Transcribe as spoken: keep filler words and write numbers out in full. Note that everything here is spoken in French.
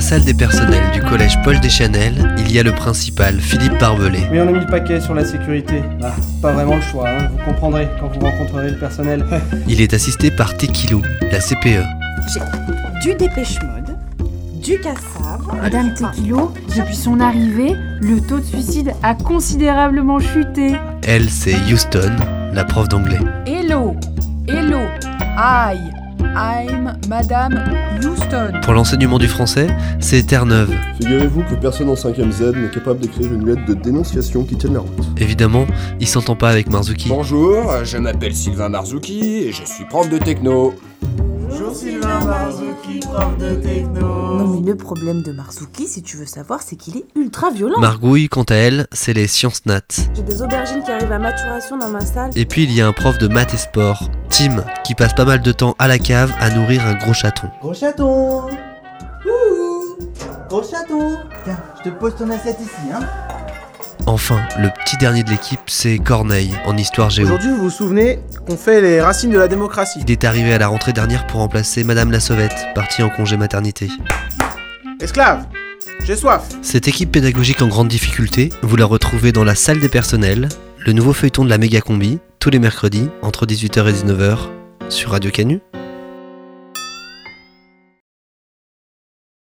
salle des personnels du collège Paul Deschanel, il y a le principal, Philippe Barbelé. Oui, on a mis le paquet sur la sécurité. Ah, pas vraiment le choix, hein. Vous comprendrez quand vous rencontrerez le personnel. Il est assisté par Tequilo, la C P E. J'ai du Dépêche Mode, du Cassave. Madame Tequilo, depuis son arrivée, le taux de suicide a considérablement chuté. Elle, c'est Houston, la prof d'anglais. Hello, hello, I, I'm Madame Houston. Pour l'enseignement du français, c'est Terre-Neuve. Figurez-vous que personne en cinquième Z n'est capable d'écrire une lettre de dénonciation qui tienne la route. Évidemment, il s'entend pas avec Marzouki. Bonjour, je m'appelle Sylvain Marzouki et je suis prof de techno. Bonjour Sylvain Marzouki, prof de techno. Non mais le problème de Marzouki, si tu veux savoir, c'est qu'il est ultra violent. Margouille, quant à elle, c'est les sciences nat. J'ai des aubergines qui arrivent à maturation dans ma salle. Et puis il y a un prof de maths et sport, Tim, qui passe pas mal de temps à la cave à nourrir un gros chaton. Gros chaton. Ouh. Gros chaton. Tiens, je te pose ton assiette ici, hein. Enfin, le petit dernier de l'équipe, c'est Corneille, en histoire géo. Aujourd'hui, vous vous souvenez qu'on fait les racines de la démocratie. Il est arrivé à la rentrée dernière pour remplacer Madame la Sauvette, partie en congé maternité. Esclave, j'ai soif. Cette équipe pédagogique en grande difficulté, vous la retrouvez dans la salle des personnels, le nouveau feuilleton de la méga combi, tous les mercredis, entre dix-huit heures et dix-neuf heures, sur Radio Canu.